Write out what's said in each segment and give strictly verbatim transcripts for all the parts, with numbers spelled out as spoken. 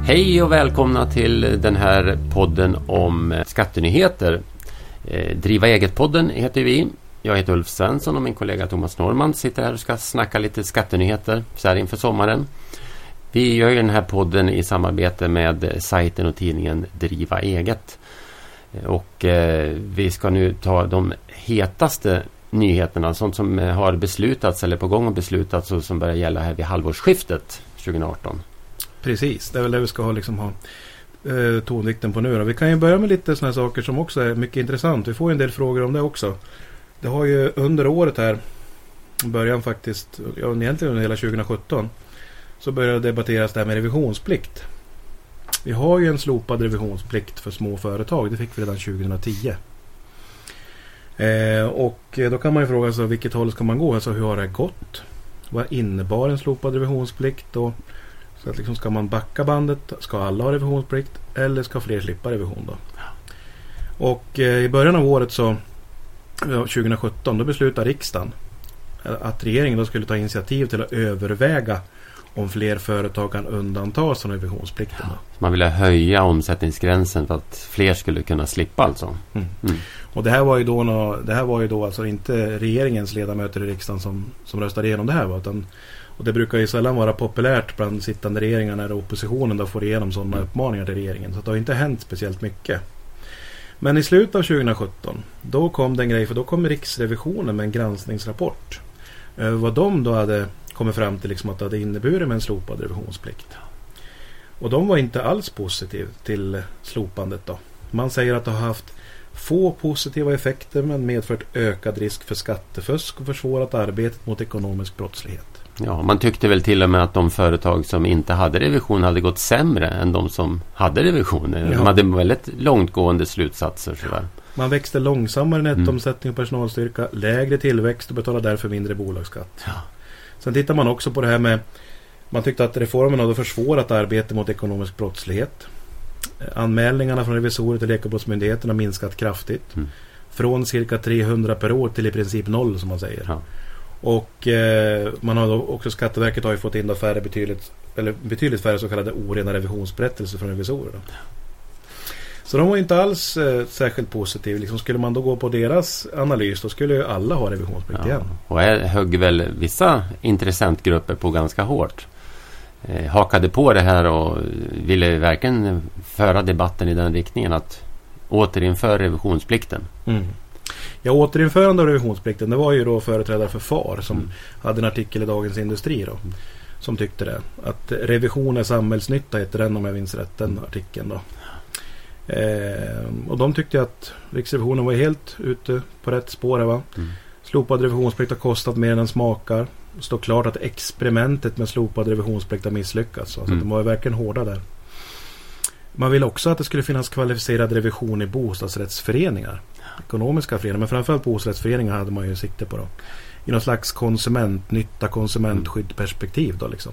Hej och välkomna till den här podden om skattenyheter. Eh, Driva eget-podden heter vi. Jag heter Ulf Svensson och min kollega Thomas Norman sitter här och ska snacka lite skattenyheter så här inför sommaren. Vi gör ju den här podden i samarbete med sajten och tidningen Driva eget. Och eh, vi ska nu ta de hetaste nyheterna, sånt som har beslutats eller på gång att beslutats och som börjar gälla här vid halvårsskiftet tjugo arton. Precis, det är väl det vi ska ha, liksom ha eh, tonvikten på nu då. Vi kan ju börja med lite sådana saker som också är mycket intressant. Vi får en del frågor om det också. Det har ju under året här, början faktiskt, ja, egentligen under hela tjugo sjutton, så började debatteras det här med revisionsplikt. Vi har ju en slopad revisionsplikt för små företag. Det fick vi redan tjugo tio. Eh, och då kan man ju fråga sig vilket håll ska man gå? Alltså hur har det gått? Vad innebar en slopad revisionsplikt? Och så att liksom, ska man backa bandet? Ska alla ha revisionsplikt? Eller ska fler slippa revision då? Och eh, i början av året så ja, tjugo sjutton då beslutade riksdagen att regeringen då skulle ta initiativ till att överväga om fler företag kan undantas från revisionsplikten. Ja, man ville höja omsättningsgränsen för att fler skulle kunna slippa alltså. Mm. Mm. Och det här var ju då nå, det här var ju då alltså inte regeringens ledamöter i riksdagen som, som röstade igenom det här, va? Utan, och det brukar ju sällan vara populärt bland sittande regeringar när oppositionen då får igenom sådana mm. uppmaningar till regeringen. Så det har inte hänt speciellt mycket. Men i slutet av tjugo sjutton då kom den grej, för då kom Riksrevisionen med en granskningsrapport. Eh, vad de då hade kommit fram till liksom att det hade inneburit med en slopad revisionsplikt. Och de var inte alls positiv till slopandet då. Man säger att det har haft få positiva effekter men medfört ökad risk för skattefusk och försvårat arbetet mot ekonomisk brottslighet. Ja, man tyckte väl till och med att de företag som inte hade revision hade gått sämre än de som hade revision. De ja. hade väldigt långtgående slutsatser. Sådär. Man växte långsammare nettoomsättning och personalstyrka, lägre tillväxt och betalade därför mindre bolagsskatt. Ja. Sen tittar man också på det här med, man tyckte att reformen hade försvårat arbete mot ekonomisk brottslighet. Anmälningarna från revisorer till Ekobrottsmyndigheten har minskat kraftigt. Mm. Från cirka trehundra per år till i princip noll som man säger. Ja. Och eh, man har då också, Skatteverket har ju fått in då färre betydligt, eller betydligt färre så kallade orena revisionsberättelser från revisorer. Då. Så de var inte alls eh, särskilt positiva. Liksom, skulle man då gå på deras analys då skulle ju alla ha revisionsplikt igen. Ja, och här högg väl vissa intressentgrupper på ganska hårt. Eh, hakade på det här och ville verkligen föra debatten i den riktningen att återinföra revisionsplikten. Mm. Ja, återinförande av revisionsplikten, det var ju då företrädare för F A R som mm. hade en artikel i Dagens Industri då, mm. som tyckte det. Att revision är samhällsnytta heter den, om jag minns rätt, den mm. artikeln då. Eh, och de tyckte att Riksrevisionen var helt ute på rätt spår. Va? Mm. Slopad revisionsplikt har kostat mer än den smakar. Det står klart att experimentet med slopad revisionsplikt har misslyckats. Så mm. de var verkligen hårda där. Man vill också att det skulle finnas kvalificerad revision i bostadsrättsföreningar. Ekonomiska föreningar, men framförallt bostadsrättsföreningar hade man ju sikte på då. I någon slags konsumentnytta, konsumentskyddperspektiv då liksom.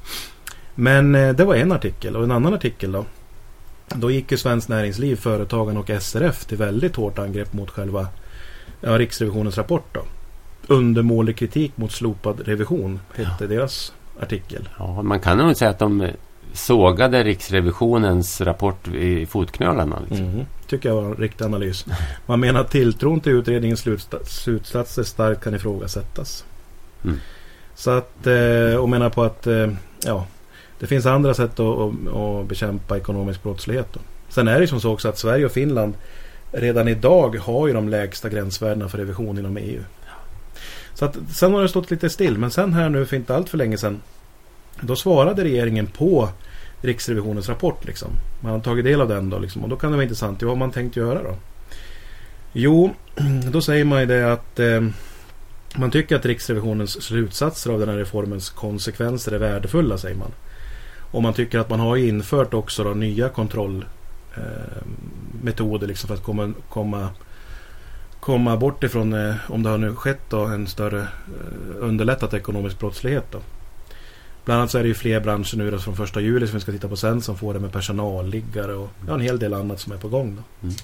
Men eh, det var en artikel, och en annan artikel då. Då gick ju Svenskt Näringsliv, Företagen och S R F till väldigt hårt angrepp mot själva ja, Riksrevisionens rapport då. Undermålig kritik mot slopad revision hette ja. deras artikel. Ja, man kan nog säga att de sågade Riksrevisionens rapport i fotknölarna. Liksom. Mm, tycker jag var en riktig analys. Man menar att tilltron till utredningens slutsatser starkt kan ifrågasättas. Mm. Så att, eh, och menar på att eh, ja, det finns andra sätt att, att, att bekämpa ekonomisk brottslighet då. Sen är det som så också att Sverige och Finland redan idag har ju de lägsta gränsvärdena för revision inom E U. Så att, sen har det stått lite still, men sen här nu för inte allt för länge sedan då svarade regeringen på Riksrevisionens rapport liksom. Man har tagit del av den då liksom, och då kan det vara intressant. Vad har man tänkt göra då? Jo, då säger man ju det att eh, man tycker att Riksrevisionens slutsatser av den här reformens konsekvenser är värdefulla, säger man. Och man tycker att man har infört också då nya kontrollmetoder eh, liksom för att komma, komma, komma bort ifrån eh, om det har nu skett då, en större eh, underlättat ekonomisk brottslighet då. Bland annat så är det ju fler branscher nu då, från första juli som vi ska titta på sen som får det med personalliggare och ja, en hel del annat som är på gång då. Mm.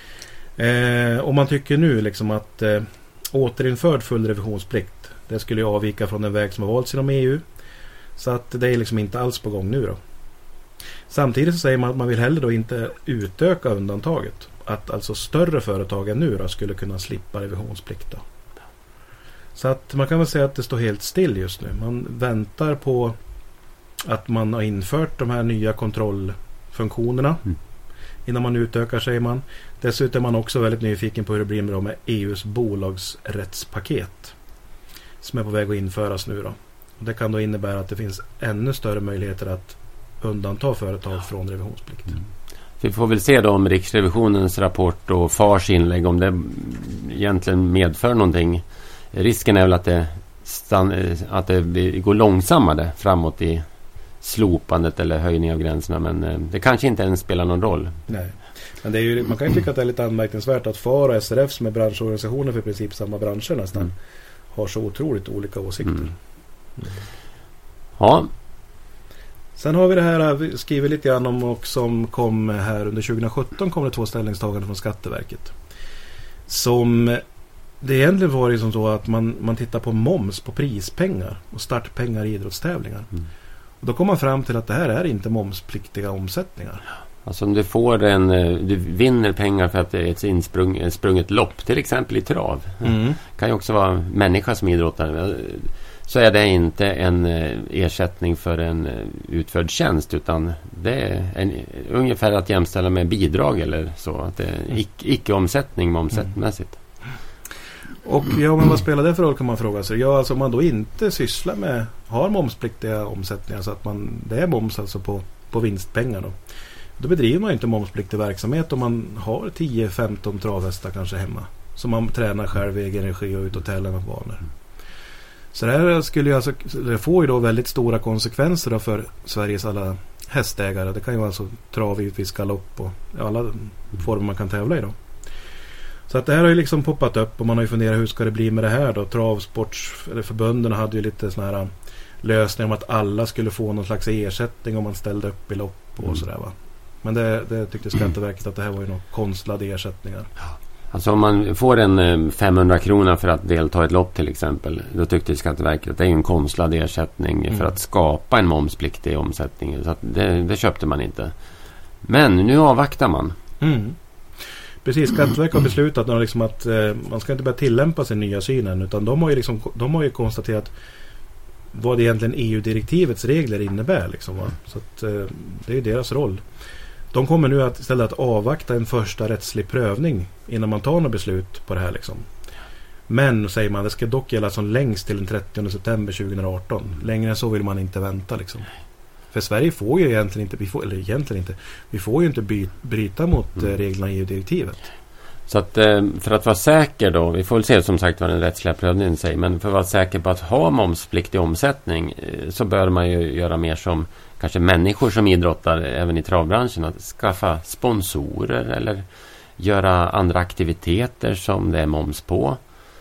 Eh, och man tycker nu liksom att eh, återinförd full revisionsplikt, det skulle ju avvika från den väg som har valts inom E U. Så att det är liksom inte alls på gång nu då. Samtidigt så säger man att man vill heller då inte utöka undantaget. Att alltså större företag än nu då skulle kunna slippa revisionsplikt då. Så att man kan väl säga att det står helt still just nu. Man väntar på att man har infört de här nya kontrollfunktionerna mm. innan man utökar, säger man. Dessutom är man också väldigt nyfiken på hur det blir med, med E U:s bolagsrättspaket som är på väg att införas nu då. Och det kan då innebära att det finns ännu större möjligheter att undanta företag från revisionsplikt. Mm. Vi får väl se då om Riksrevisionens rapport och F A Rs inlägg, om det egentligen medför någonting. Risken är väl att det, stann, att det går långsammare framåt i slopandet eller höjning av gränserna, men det kanske inte ens spelar någon roll. Nej, men det är ju, man kan ju tycka att det är lite anmärkningsvärt att F A R och S R F, som är branschorganisationer för i princip samma branscher nästan, mm. har så otroligt olika åsikter. Mm. Mm. Ja. Sen har vi det här, vi skriver lite grann om, och som kom här under tjugo sjutton kom det två ställningstaganden från Skatteverket. Som det egentligen var ju som så att man, man tittar på moms på prispengar och startpengar i idrottstävlingar. Mm. Och då kommer man fram till att det här är inte momspliktiga omsättningar. Alltså om du får en, du vinner pengar för att det är ett insprung, sprunget lopp, till exempel i trav. Mm. Kan ju också vara människa som idrottar. Så är det inte en ersättning för en utförd tjänst, utan det är en, ungefär att jämställa med bidrag eller så. Att det är icke, icke-omsättning momsättmässigt. Mm. Och ja, men vad spelar det för roll, kan man fråga sig. Ja, alltså om man då inte sysslar med, har momspliktiga omsättningar, så att man, det är moms alltså på, på vinstpengar då. Då bedriver man ju inte momspliktig verksamhet om man har tio femton travhästar kanske hemma. Som man tränar själv i egen regi och ut och tävlar med banor. Så det här skulle ju alltså, det får ju då väldigt stora konsekvenser då för Sveriges alla hästägare. Det kan ju vara alltså trav, givetvis galopp och alla former man kan tävla i då. Så att det här har ju liksom poppat upp, och man har ju funderat, hur ska det bli med det här då? Travsports, eller förbunden hade ju lite såna här lösningar om att alla skulle få någon slags ersättning om man ställde upp i lopp och mm. sådär va. Men det, det tyckte Skatteverket att det här var ju några konstlade ersättningar. Alltså om man får en femhundra kronor för att delta i ett lopp till exempel, då tyckte Skatteverket att det är en konstlad ersättning mm. för att skapa en momspliktig omsättning. Så att det, det köpte man inte. Men nu avvaktar man. Mm. Precis, Skatteverket har beslutat att, liksom att eh, man ska inte börja tillämpa sin nya synen, utan de har ju, liksom, de har ju konstaterat vad egentligen E U-direktivets regler innebär. Liksom, va? Så att, eh, det är ju deras roll. De kommer nu att istället att avvakta en första rättslig prövning innan man tar något beslut på det här. Liksom. Men, säger man, det ska dock gälla som längst till den trettionde september tjugoarton. Längre än så vill man inte vänta. Liksom. För Sverige får ju egentligen inte, vi får, eller egentligen inte, vi får ju inte by, bryta mot mm. reglerna i E U-direktivet. Så att för att vara säker då, vi får väl se som sagt vad den rättsliga prövningen säger, men för att vara säker på att ha momspliktig omsättning så bör man ju göra mer som kanske människor som idrottar även i travbranschen, att skaffa sponsorer eller göra andra aktiviteter som det är moms på.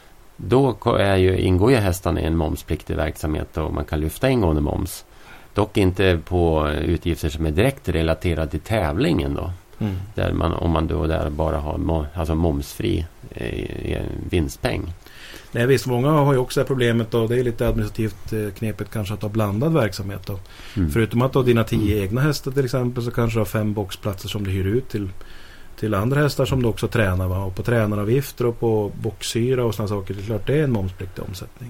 Då är ju, ingår ju hästarna i en momspliktig verksamhet och man kan lyfta ingående moms. Dock inte på utgifter som är direkt relaterade till tävlingen då. Mm. Där man, om man då där bara har mo, alltså momsfri eh, vinstpeng. Nej visst, många har ju också det problemet då, det är lite administrativt eh, knepigt kanske att ha blandad verksamhet då. Mm. Förutom att ha dina tio mm. egna hästar till exempel, så kanske du har fem boxplatser som du hyr ut till, till andra hästar som du också tränar, va? Och på tränaravgifter och på boxsyra och sådana saker, det är klart det är en momspliktig omsättning.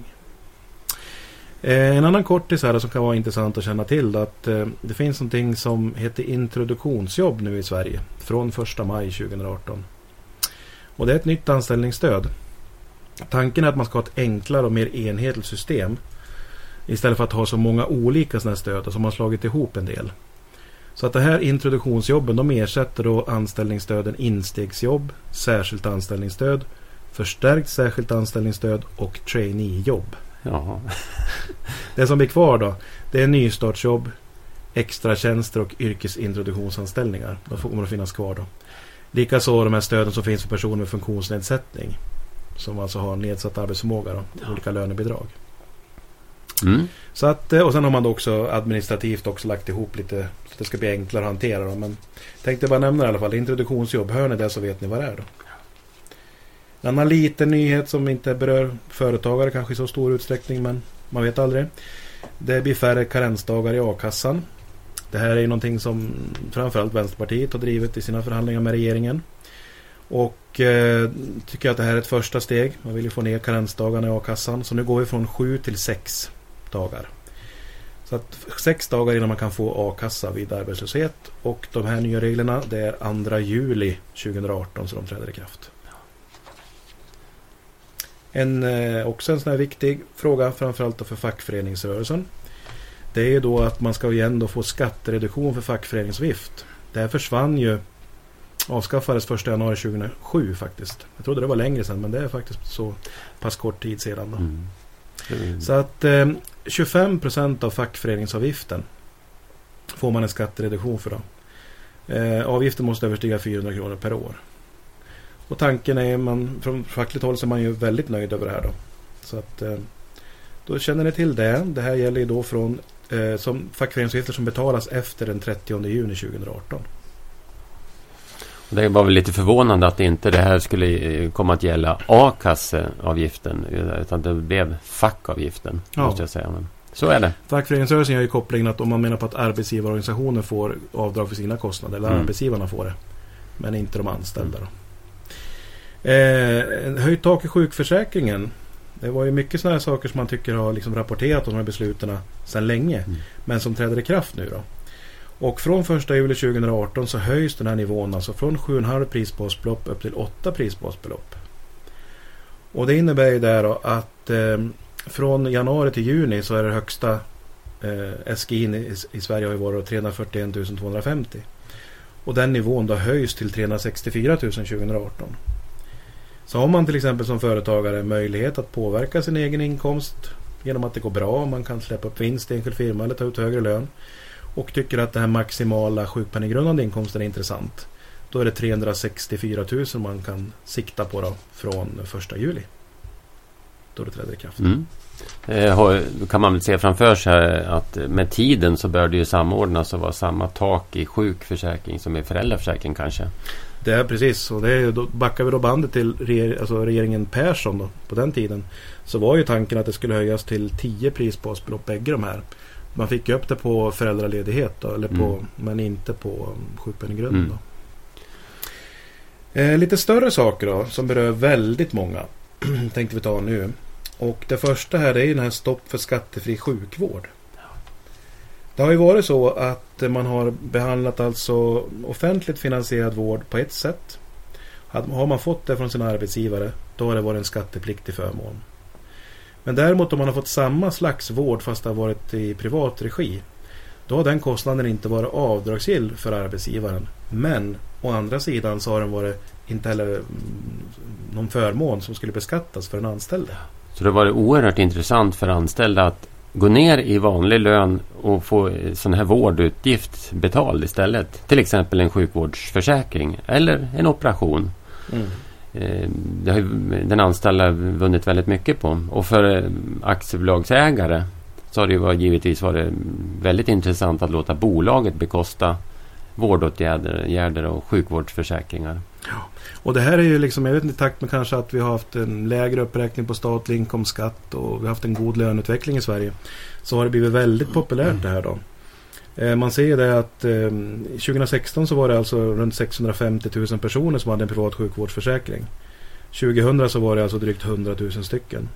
Eh, en annan kortis här som kan vara intressant att känna till då, att eh, det finns någonting som heter introduktionsjobb nu i Sverige från första maj tjugoarton. Och det är ett nytt anställningsstöd. Tanken är att man ska ha ett enklare och mer enhetligt system istället för att ha så många olika sådana här stöd som har slagit ihop en del. Så att det här introduktionsjobben, de ersätter då anställningsstöden instegsjobb, särskilt anställningsstöd, förstärkt särskilt anställningsstöd och traineejobb. Jaha. Det som blir kvar då, det är nystartsjobb, extra tjänster och yrkesintroduktionsanställningar. De kommer att finnas kvar då. Likaså de här stöden som finns för personer med funktionsnedsättning, som alltså har nedsatt arbetsförmåga då, ja. Olika lönebidrag. Mm. Så att, och sen har man då också administrativt också lagt ihop lite så att det ska bli enklare att hantera då. Men tänkte bara nämna i alla fall introduktionsjobb. Hör ni det så vet ni vad det är då. En annan liten nyhet som inte berör företagare kanske i så stor utsträckning, men man vet aldrig. Det blir färre karensdagar i a-kassan. Det här är ju någonting som framförallt Vänsterpartiet har drivit i sina förhandlingar med regeringen. Och eh, tycker att det här är ett första steg. Man vill ju få ner karensdagarna i a-kassan. Så nu går vi från sju till sex dagar. Så att sex dagar innan man kan få a-kassa vid arbetslöshet. Och de här nya reglerna, det är andra juli tjugoarton så de träder i kraft. En, eh, också en sån här viktig fråga, framförallt då för fackföreningsrörelsen. Det är ju då att man ska igen då få skattereduktion för fackföreningsavgift. Det här försvann ju, avskaffades första januari tjugohundrasju faktiskt. Jag trodde det var längre sedan, men det är faktiskt så pass kort tid sedan då. Mm. Mm. Så att eh, tjugofem procent av fackföreningsavgiften får man en skattereduktion för då. Eh, avgiften måste överstiga fyrahundra kronor per år. Och tanken är, man från fackligt håll så är man ju väldigt nöjd över det här då. Så att eh, då känner ni till det. Det här gäller ju då från eh, som fackföreningsavgifter som betalas efter den trettionde juni tjugoarton. Det var väl lite förvånande att inte det här skulle komma att gälla a-kasseavgiften utan det blev fackavgiften, ja. Måste jag säga. Men så är det. Fackföreningsrörelsen gör ju kopplingen att om man menar på att arbetsgivarorganisationer får avdrag för sina kostnader, eller mm. arbetsgivarna får det, men inte de anställda då. Eh, höjt tak i sjukförsäkringen. Det var ju mycket sådana här saker som man tycker har liksom rapporterat om de här besluten sedan länge, mm. men som träder i kraft nu då. Och från första juli tjugoarton så höjs den här nivån alltså från sju komma fem prisbasbelopp upp till åtta prisbasbelopp. Och det innebär ju där då att eh, från januari till juni så är det högsta eh, S G I i, i Sverige har ju varit trehundrafyrtioen tusen tvåhundrafemtio. Och den nivån då höjs till trehundrasextiofyra tusen tjugoarton. Så har man till exempel som företagare möjlighet att påverka sin egen inkomst genom att det går bra, man kan släppa upp vinst i enskild firma eller ta ut högre lön och tycker att den här maximala sjukpenninggrundande inkomsten är intressant, då är det trehundrasextiofyra tusen man kan sikta på då från första juli. Då det träder i kraft. Mm. Eh, kan man väl se framför sig att med tiden så bör det ju samordnas och vara samma tak i sjukförsäkring som i föräldraförsäkring kanske. Det är precis, och det är, då backar vi då bandet till reger, alltså regeringen Persson då, på den tiden. Så var ju tanken att det skulle höjas till tio prisbasbelopp bägge de här. Man fick ju upp det på föräldraledighet då, eller på, mm. men inte på sjukpenninggrunden mm. då. Eh, lite större saker då, som berör väldigt många tänkte vi ta nu. Och det första här är ju den här stopp för skattefri sjukvård. Det har ju varit så att man har behandlat alltså offentligt finansierad vård på ett sätt. Har man fått det från sina arbetsgivare, då har det varit en skattepliktig förmån. Men däremot om man har fått samma slags vård fast det har varit i privat regi, då har den kostnaden inte varit avdragsgill för arbetsgivaren. Men å andra sidan så har den varit inte heller någon förmån som skulle beskattas för en anställd. Så det var oerhört intressant för anställda att gå ner i vanlig lön och få sån här vårdutgift betald istället. Till exempel en sjukvårdsförsäkring eller en operation. Mm. Det har den anställda vunnit väldigt mycket på. Och för aktiebolagsägare så har det ju givetvis varit väldigt intressant att låta bolaget bekosta vårdåtgärder och sjukvårdsförsäkringar. Ja. Och det här är ju liksom, jag vet inte, i takt med kanske att vi har haft en lägre uppräkning på statlig inkomstskatt och vi har haft en god löneutveckling i Sverige, så har det blivit väldigt populärt det här då. Eh, man ser det att eh, tjugohundrasexton så var det alltså runt sexhundrafemtio tusen personer som hade en privat sjukvårdsförsäkring. tjugohundra så var det alltså drygt hundratusen stycken.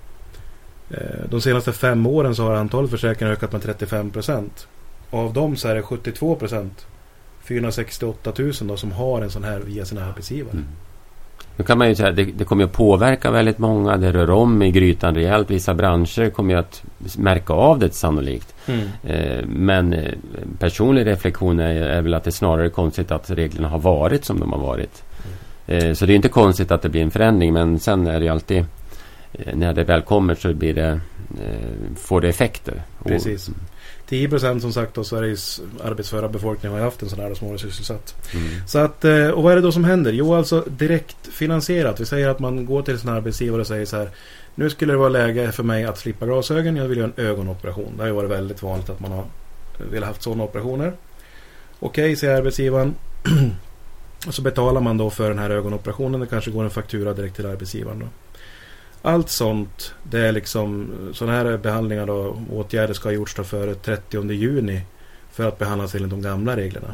Eh, de senaste fem åren så har antalet försäkringar ökat med trettiofem procent. Av dem så är det sjuttiotvå procent, fyrahundrasextioåtta tusen då, som har en sån här via sina arbetsgivare. Mm. Nu kan man ju säga att det, det kommer att påverka väldigt många. Det rör om i grytan rejält. Vissa branscher kommer att märka av det sannolikt. Mm. Eh, men eh, personlig reflektion är, är väl att det är snarare konstigt att reglerna har varit som de har varit. Mm. Eh, så det är inte konstigt att det blir en förändring, men sen är det alltid eh, när det väl kommer så blir det, eh, får det effekter. Precis. Och, tio procent som sagt av Sveriges arbetsföra befolkning har haft en sån här som har sysselsatt. Mm. Så att, och vad är det då som händer? Jo, alltså direkt finansierat. Vi säger att man går till sin arbetsgivare och säger så här: nu skulle det vara läge för mig att slippa glasögon, jag vill göra en ögonoperation. Det har ju varit väldigt vanligt att man har velat haft sådana operationer. Okej, säger arbetsgivaren. Och så betalar man då för den här ögonoperationen. Det kanske går en faktura direkt till arbetsgivaren då. Allt sånt, det är liksom sådana här behandlingar och åtgärder ska ha gjorts då före trettionde juni för att behandlas enligt de gamla reglerna.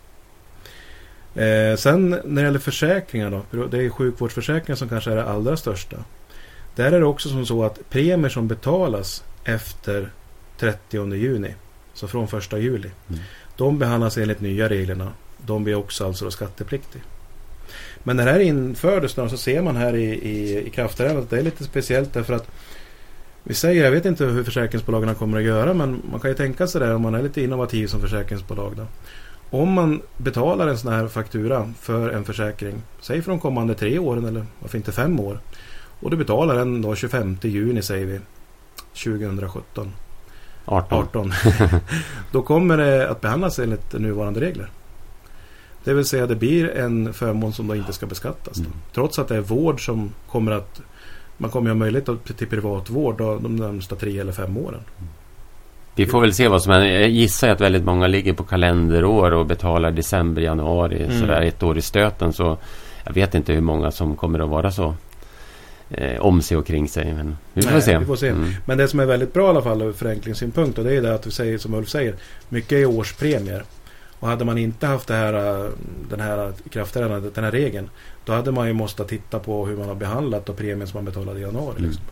Eh, sen när det gäller försäkringar då, det är sjukvårdsförsäkringar som kanske är det allra största. Där är det också som så att premier som betalas efter trettionde juni, så från första juli, mm. de behandlas enligt nya reglerna. De blir också alltså då skattepliktig. Men när det här infördes då, så ser man här i, i, i kraftträdandet att det är lite speciellt därför att vi säger, jag vet inte hur försäkringsbolagen kommer att göra, men man kan ju tänka sig det om man är lite innovativ som försäkringsbolag då. Om man betalar en sån här faktura för en försäkring, säg för de kommande tre åren eller varför inte fem år, och du betalar den då tjugofemte juni säger vi tjugosjutton arton, arton då kommer det att behandlas enligt nuvarande regler. Det vill säga det blir en förmån som då inte ska beskattas. Mm. Trots att det är vård som kommer att man kommer att ha möjlighet till privatvård då, de närmsta tre eller fem åren. Mm. Vi får väl se vad som händer. Jag gissar att väldigt många ligger på kalenderår och betalar december, januari mm. sådär ett år i stöten, så jag vet inte hur många som kommer att vara så eh, om sig och kring sig, men vi får Nej, se. Vi får se. Mm. Men det som är väldigt bra i alla fall ur förenklingssynpunkt, och det är det att vi säger, som Ulf säger, mycket är årspremier. Och hade man inte haft det här, den här kraftträdandet, den här regeln, då hade man ju måste titta på hur man har behandlat och premien som man betalade i januari. Mm. Liksom.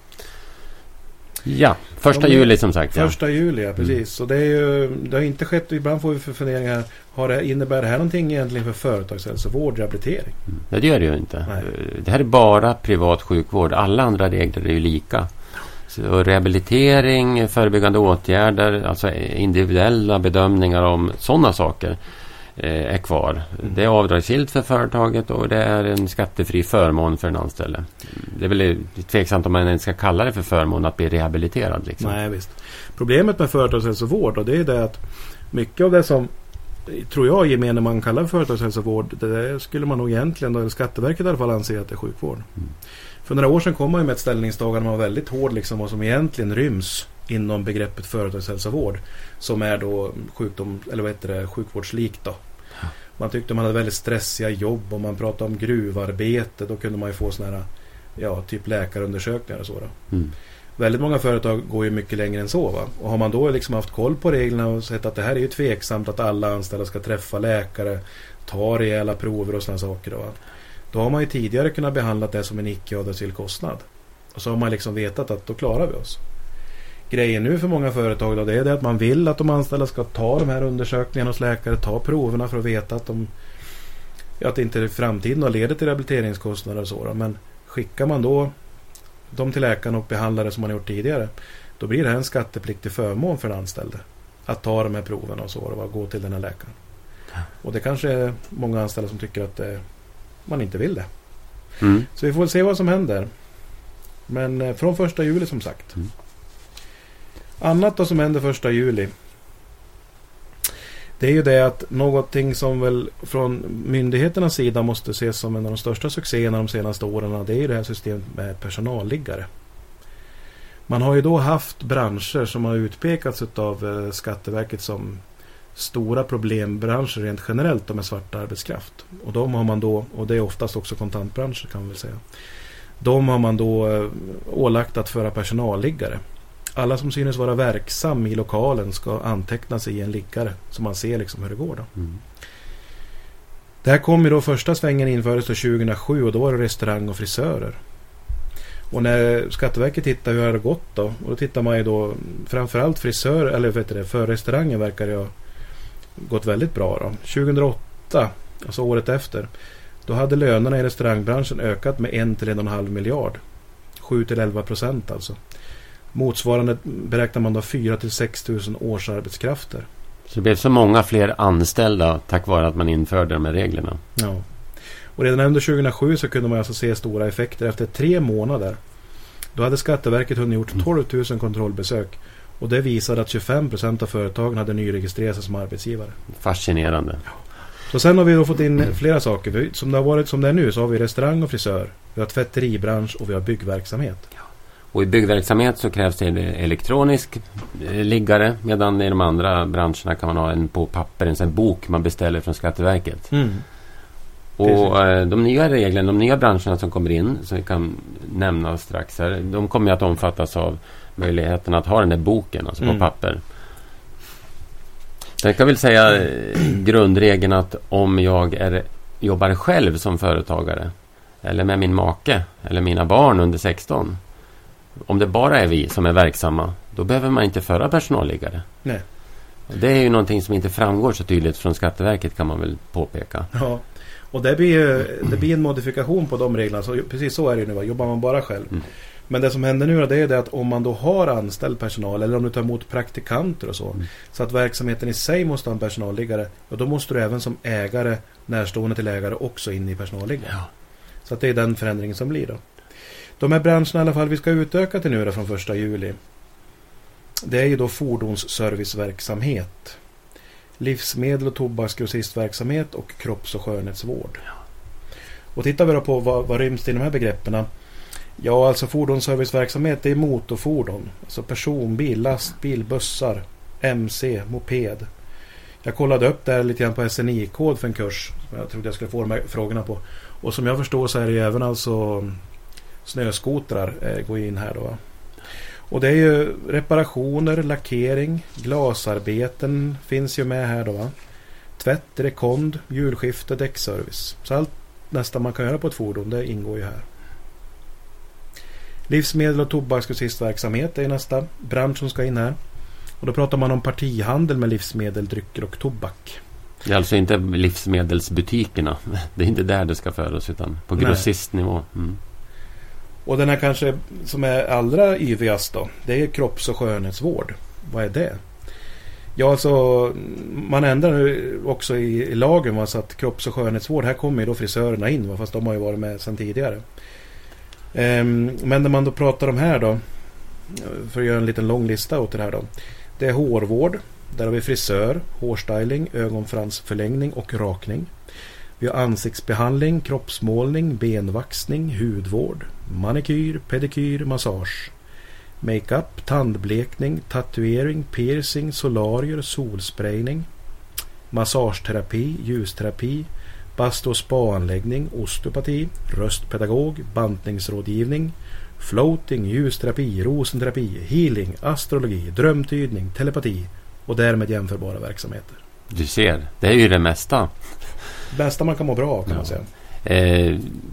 Ja, första juli som sagt. Första juli, ja, precis. Mm. Så det, är ju, det har inte skett, ibland får vi för funderingar, har det, innebär det här någonting egentligen för företagshälsovård, rehabilitering? Mm. Nej, det gör det ju inte. Nej. Det här är bara privat sjukvård. Alla andra regler är ju lika. Så rehabilitering, förebyggande åtgärder, alltså individuella bedömningar om sådana saker eh, är kvar. Mm. Det är avdragsgillt för företaget och det är en skattefri förmån för en anställd. Det är väl tveksamt om man ens ska kalla det för förmån att bli rehabiliterad. Liksom. Nej, visst. Problemet med företagshälsovård, och det är det att mycket av det som tror jag gemene man kallar företagshälsovård, det skulle man nog egentligen, då, eller Skatteverket i alla fall, anser att det är sjukvård. Mm. För några år sedan kom man ju med ett ställningstagande man var väldigt hård liksom, vad som egentligen ryms inom begreppet företagshälsovård, som är då sjukdom, eller vad heter det, sjukvårdslikt då. Ja. Man tyckte man hade väldigt stressiga jobb, och man pratade om gruvarbete, då kunde man ju få såna här, ja, typ läkarundersökningar och så då. Mm. Väldigt många företag går ju mycket längre än så, va? Och har man då liksom haft koll på reglerna och sett att det här är ju tveksamt att alla anställda ska träffa läkare, ta rejäla prover och sådana saker då, va? Då har man ju tidigare kunnat behandla det som en icke-avdragsgill kostnad. Och så har man liksom vetat att då klarar vi oss. Grejen nu för många företag då, det är det att man vill att de anställda ska ta de här undersökningarna hos läkare, ta proverna för att veta att de, ja, att det inte i framtiden då leder till rehabiliteringskostnader och så då. Men skickar man då dem till läkaren och behandlar det som man gjort tidigare, då blir det här en skattepliktig förmån för den anställde att ta de här proverna och så och gå till den här läkaren. Och det kanske är många anställda som tycker att det, man inte vill det. Mm. Så vi får se vad som händer. Men eh, från första juli som sagt. Mm. Annat då som händer första juli, det är ju det att någonting som väl från myndigheternas sida måste ses som en av de största succéerna de senaste åren, det är ju det här systemet med personalliggare. Man har ju då haft branscher som har utpekats av Skatteverket som stora problembranscher rent generellt med svart arbetskraft. Och de har man då, och det är oftast också kontantbranscher kan man väl säga, de har man då ålagt att föra personalliggare. Alla som synes vara verksam i lokalen ska anteckna sig i en liggare så man ser liksom hur det går då. Mm. Det här kom ju då, första svängen infördes då tjugohundrasju, och då var det restaurang och frisörer. Och när Skatteverket tittar hur det har gått då, och då tittar man ju då framförallt frisör, eller vet du, för restaurangen verkar det ha gått väldigt bra då. tjugohundraåtta, alltså året efter, då hade lönerna i restaurangbranschen ökat med en till en och en halv miljard. sju till elva procent alltså. Motsvarande beräknar man då fyra till sex tusen årsarbetskrafter. Så det blev så många fler anställda tack vare att man införde de här reglerna. Ja. Och redan under tjugohundrasju så kunde man alltså se stora effekter. Efter tre månader då hade Skatteverket hunnit gjort tolv tusen kontrollbesök. Och det visade att tjugofem procent av företagen hade nyregistrerat sig som arbetsgivare. Fascinerande. Ja. Så sen har vi då fått in flera saker. Som det har varit som det är nu så har vi restaurang och frisör. Vi har tvätteribransch och vi har byggverksamhet. Ja. Och i byggverksamhet så krävs det elektronisk liggare, medan i de andra branscherna kan man ha en på papper, en sån bok man beställer från Skatteverket. Mm. Och eh, de nya reglerna, de nya branscherna som kommer in, som vi kan nämna strax här, de kommer att omfattas av möjligheten att ha den där boken, alltså mm. på papper. Jag kan väl säga grundregeln att om jag är, jobbar själv som företagare eller med min make eller mina barn under sexton, om det bara är vi som är verksamma, då behöver man inte föra personalliggare. Nej. Det är ju någonting som inte framgår så tydligt från Skatteverket, kan man väl påpeka. Ja, och det blir, det blir en modifikation på de reglerna. Så precis så är det ju nu, va? Jobbar man bara själv. Mm. Men det som händer nu det är det att om man då har anställd personal eller om du tar emot praktikanter och så, mm. så att verksamheten i sig måste ha en personalliggare, och då måste du även som ägare, närstående till ägare, också in i personalliggare. Ja. Så att det är den förändringen som blir då. De här branscherna i alla fall vi ska utöka till nu då från första juli. Det är ju då fordonsserviceverksamhet, livsmedel- och tobaksgrossistverksamhet och kropps- och skönhetsvård. Ja. Och tittar vi då på vad, vad ryms i de här begreppen. Ja, alltså fordonsserviceverksamhet, det är motorfordon, alltså personbil, lastbil, bussar, M C, moped. Jag kollade upp där lite grann på S N I-kod för en kurs som jag trodde jag skulle få de här frågorna på. Och som jag förstår så är det ju även alltså snöskotrar eh, går in här då. Och det är ju reparationer, lackering, glasarbeten finns ju med här då, va? Tvätt, rekond, hjulskifte, däckservice. Så allt nästan man kan göra på ett fordon, det ingår ju här. Livsmedel- och tobaksgrossistverksamhet är nästa bransch som ska in här. Och då pratar man om partihandel med livsmedel, drycker och tobak. Det är alltså inte livsmedelsbutikerna. Det är inte där det ska föras, utan på grossistnivå. Mm. Och den här kanske som är allra yvigast då, det är kropps- och skönhetsvård. Vad är det? Ja, alltså man ändrar nu också i, i lagen, va, så att kropps- och skönhetsvård, här kommer ju då frisörerna in, va, fast de har ju varit med sedan tidigare. Ehm, men när man då pratar om här då, för att göra en liten lång lista åt det här då. Det är hårvård, där har vi frisör, hårstyling, ögonfransförlängning och rakning. Vi har ansiktsbehandling, kroppsmålning, benvaxning, hudvård, manikyr, pedikyr, massage, makeup, tandblekning, tatuering, piercing, solarier, solsprayning, massageterapi, ljusterapi, bastu- och spaanläggning, osteopati, röstpedagog, bantningsrådgivning, floating, ljusterapi, rosenterapi, healing, astrologi, drömtydning, telepati och därmed jämförbara verksamheter. Du ser, det är ju det mesta. Bästa man kan må bra, kan ja. man säga. Eh,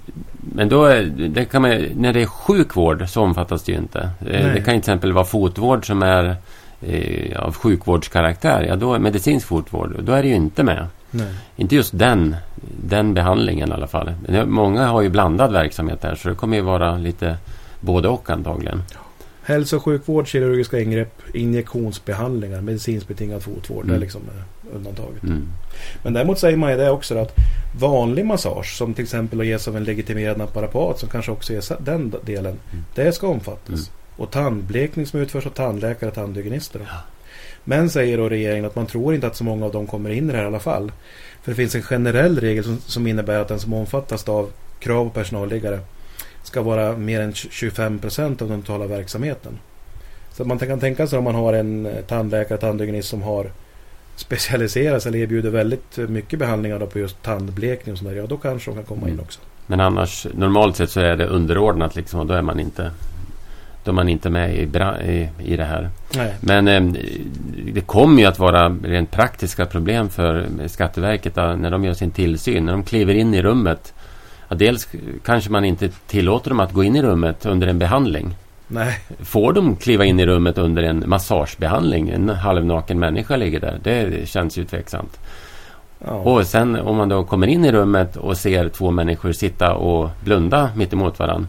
men då är, det kan man, när det är sjukvård så omfattas det ju inte. Eh, det kan till exempel vara fotvård som är eh, av sjukvårdskaraktär. Ja, då är medicinsk fotvård. Då är det ju inte med. Nej. Inte just den, den behandlingen i alla fall. Många har ju blandad verksamhet här, så det kommer ju vara lite både och antagligen. Hälso- och sjukvård, kirurgiska ingrepp, injektionsbehandlingar, medicinskt betingad fotvård, mm. det är liksom undantaget. Mm. Men däremot säger man ju det också att vanlig massage, som till exempel att ges av en legitimerad naprapat som kanske också är den delen, mm. det ska omfattas. Mm. Och tandblekning som utförs av tandläkare och tandhygienister. Ja. Men säger då regeringen att man tror inte att så många av dem kommer in i det här i alla fall. För det finns en generell regel som, som innebär att den som omfattas av krav på personalliggare ska vara mer än tjugofem procent av den totala verksamheten. Så man kan tänka sig om man har en tandläkare, tandhygienist som har specialiserat sig eller erbjuder väldigt mycket behandlingar då på just tandblekning och sådär, ja då kanske de kan komma in också. Men annars, normalt sett så är det underordnat liksom, och då är man inte då är man inte med i, bra, i, i det här. Nej. Men eh, det kommer ju att vara rent praktiska problem för Skatteverket då, när de gör sin tillsyn. När de kliver in i rummet, ja, dels kanske man inte tillåter dem att gå in i rummet under en behandling. Nej. Får de kliva in i rummet under en massagebehandling? En halvnaken människa ligger där. Det känns ju tveksamt. Ja. Och sen om man då kommer in i rummet och ser två människor sitta och blunda mitt emot varandra,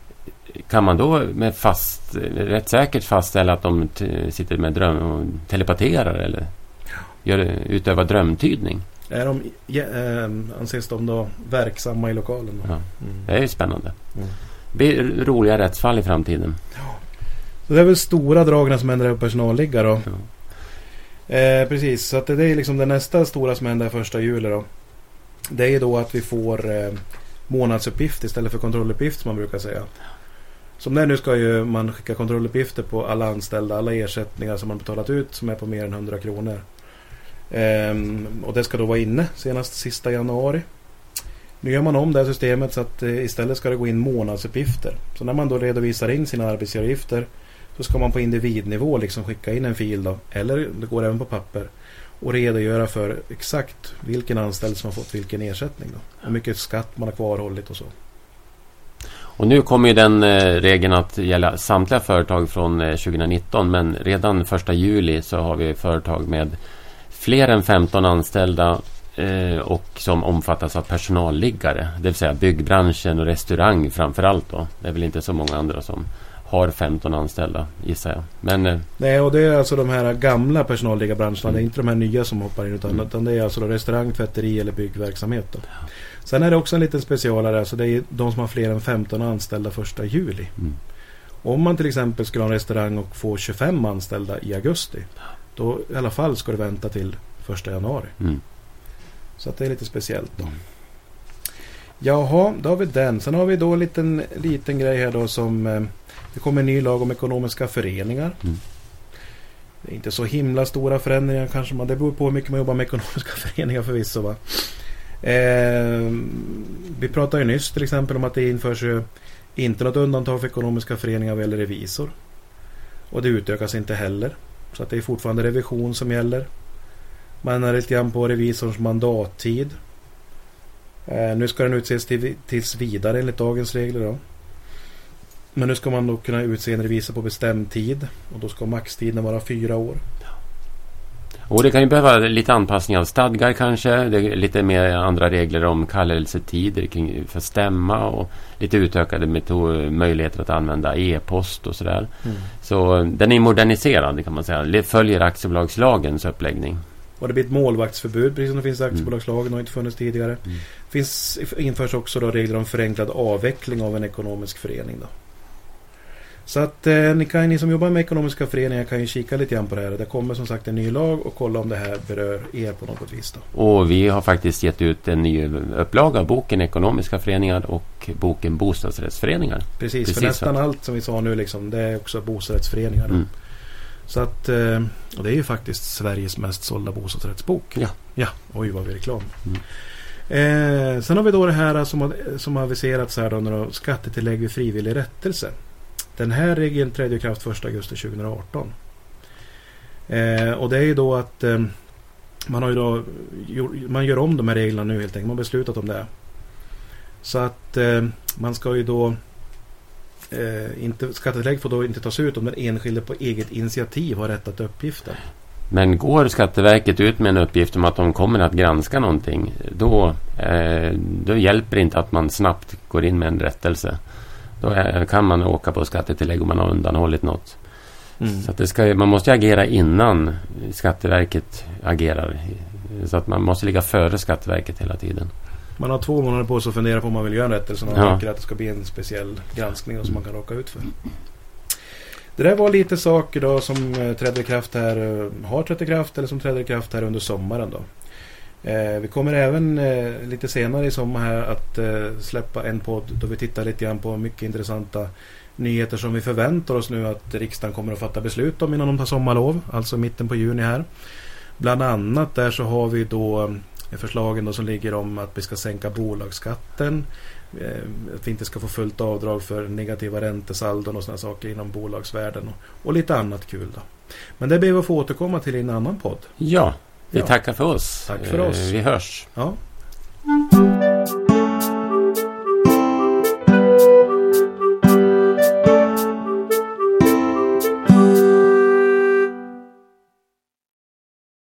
kan man då med fast, rätt säkert fastställa att de t- sitter med dröm och telepaterar eller gör, utövar drömtydning? Är de, ja, äh, anses de då verksamma i lokalen? Då? Ja. Mm. Det är ju spännande. Mm. Det blir roliga rättsfall i framtiden. Ja. Så det är väl stora dragarna som händer på personalliggare då. Ja. Eh, precis, så att det är liksom det nästa stora som händer första juli då. Det är då att vi får eh, månadsuppgift istället för kontrolluppgift som man brukar säga. Som det nu ska ju man skicka kontrolluppgifter på alla anställda, alla ersättningar som man betalat ut som är på mer än hundra kronor. Ehm, och det ska då vara inne senast sista januari. Nu gör man om det här systemet så att eh, istället ska det gå in månadsuppgifter. Så när man då redovisar in sina arbetsgivaravgifter så ska man på individnivå liksom skicka in en fil då. Eller det går även på papper. och redogöra för exakt vilken anställd som har fått vilken ersättning då. Hur mycket skatt man har kvarhållit och så. Och nu kommer ju den eh, regeln att gälla samtliga företag från eh, tjugonitton, men redan första juli så har vi företag med fler än femton anställda eh, och som omfattas av personalliggare, det vill säga byggbranschen och restaurang framförallt då. Det är väl inte så många andra som har femton anställda, gissar jag. Men, eh, Nej, och det är alltså de här gamla personalliggarbranscherna, mm. det är inte de här nya som hoppar in, utan, Mm. utan det är alltså då restaurang, tvätteri eller byggverksamhet då. Ja. Sen är det också en liten specialare, alltså det är de som har fler än femton anställda första juli. Mm. Om man till exempel skulle ha en restaurang och få tjugofem anställda i augusti, då i alla fall ska du vänta till första januari. Mm. Så att det är lite speciellt då. Mm. Jaha, då har vi den. Sen har vi då en liten, liten grej här då som eh, det kommer en ny lag om ekonomiska föreningar. Mm. Det är inte så himla stora förändringar kanske, man, det beror på hur mycket man jobbar med ekonomiska föreningar förvisso va. Eh, vi pratade ju nyss till exempel om att det införs ju inte något undantag för ekonomiska föreningar vad gäller revisor. Och det utökas inte heller. Så att det är fortfarande revision som gäller. Man är lite grann på revisorns mandattid. Eh, nu ska den utses till, tills vidare enligt dagens regler då. Men nu ska man då kunna utse en revisor på bestämd tid. Och då ska maxtiden vara fyra år. Och det kan ju behöva lite anpassning av stadgar kanske. Det är lite mer andra regler om kallelsetider kring för stämma och lite utökade metod- möjligheter att använda e-post och sådär. Mm. Så den är moderniserad kan man säga. Det följer aktiebolagslagens uppläggning. Och det blir ett målvaktsförbud precis som det finns i aktiebolagslagen och inte funnits tidigare. Mm. Finns, införs också då regler om förenklad avveckling av en ekonomisk förening då. Så att eh, ni, kan, ni som jobbar med ekonomiska föreningar kan ju kika lite grann på det här. Det kommer som sagt en ny lag och kolla om det här berör er på något vis då. Och vi har faktiskt gett ut en ny upplaga av boken Ekonomiska föreningar och boken Bostadsrättsföreningar. Precis, Precis för nästan så. allt som vi sa nu liksom, det är också bostadsrättsföreningar då. Mm. Så att, och det är ju faktiskt Sveriges mest sålda bostadsrättsbok. Ja. Ja, oj vad vi reklam. Mm. Eh, sen har vi då det här som har, som har aviserats här då, när skattetillägg vid frivillig rättelse. Den här regeln trädde i kraft första augusti tjugoarton. Eh, och det är ju då att eh, man har ju då man gör om de här reglerna nu helt enkelt. Man har beslutat om det. Så att eh, man ska ju då eh, inte, skattetillägg får då inte tas ut om den enskilde på eget initiativ har rättat uppgiften. Men går Skatteverket ut med en uppgift om att de kommer att granska någonting, då, eh, då hjälper det inte att man snabbt går in med en rättelse. Då är, kan man åka på skattetillägg om man har undanhållit något. Mm. Så att det ska, man måste agera innan Skatteverket agerar. Så att man måste ligga före Skatteverket hela tiden. Man har två månader på sig att fundera på om man vill göra en rättelse. Och man ja. tycker att det ska bli en speciell granskning och som man kan råka ut för. Det där var lite saker då som trädde i kraft här, har trätt i kraft eller som trädde i kraft här under sommaren då. Eh, vi kommer även eh, lite senare i sommar här att eh, släppa en podd då vi tittar lite grann på mycket intressanta nyheter som vi förväntar oss nu att riksdagen kommer att fatta beslut om innan de tar sommarlov, alltså mitten på juni här. Bland annat där så har vi då förslagen då som ligger om att vi ska sänka bolagsskatten, eh, att vi inte ska få fullt avdrag för negativa räntesaldon och sådana saker inom bolagsvärlden och, och lite annat kul då. Men det ber vi att få återkomma till i en annan podd. Ja. Vi ja. tackar för oss. Tack för oss. Vi hörs. Ja.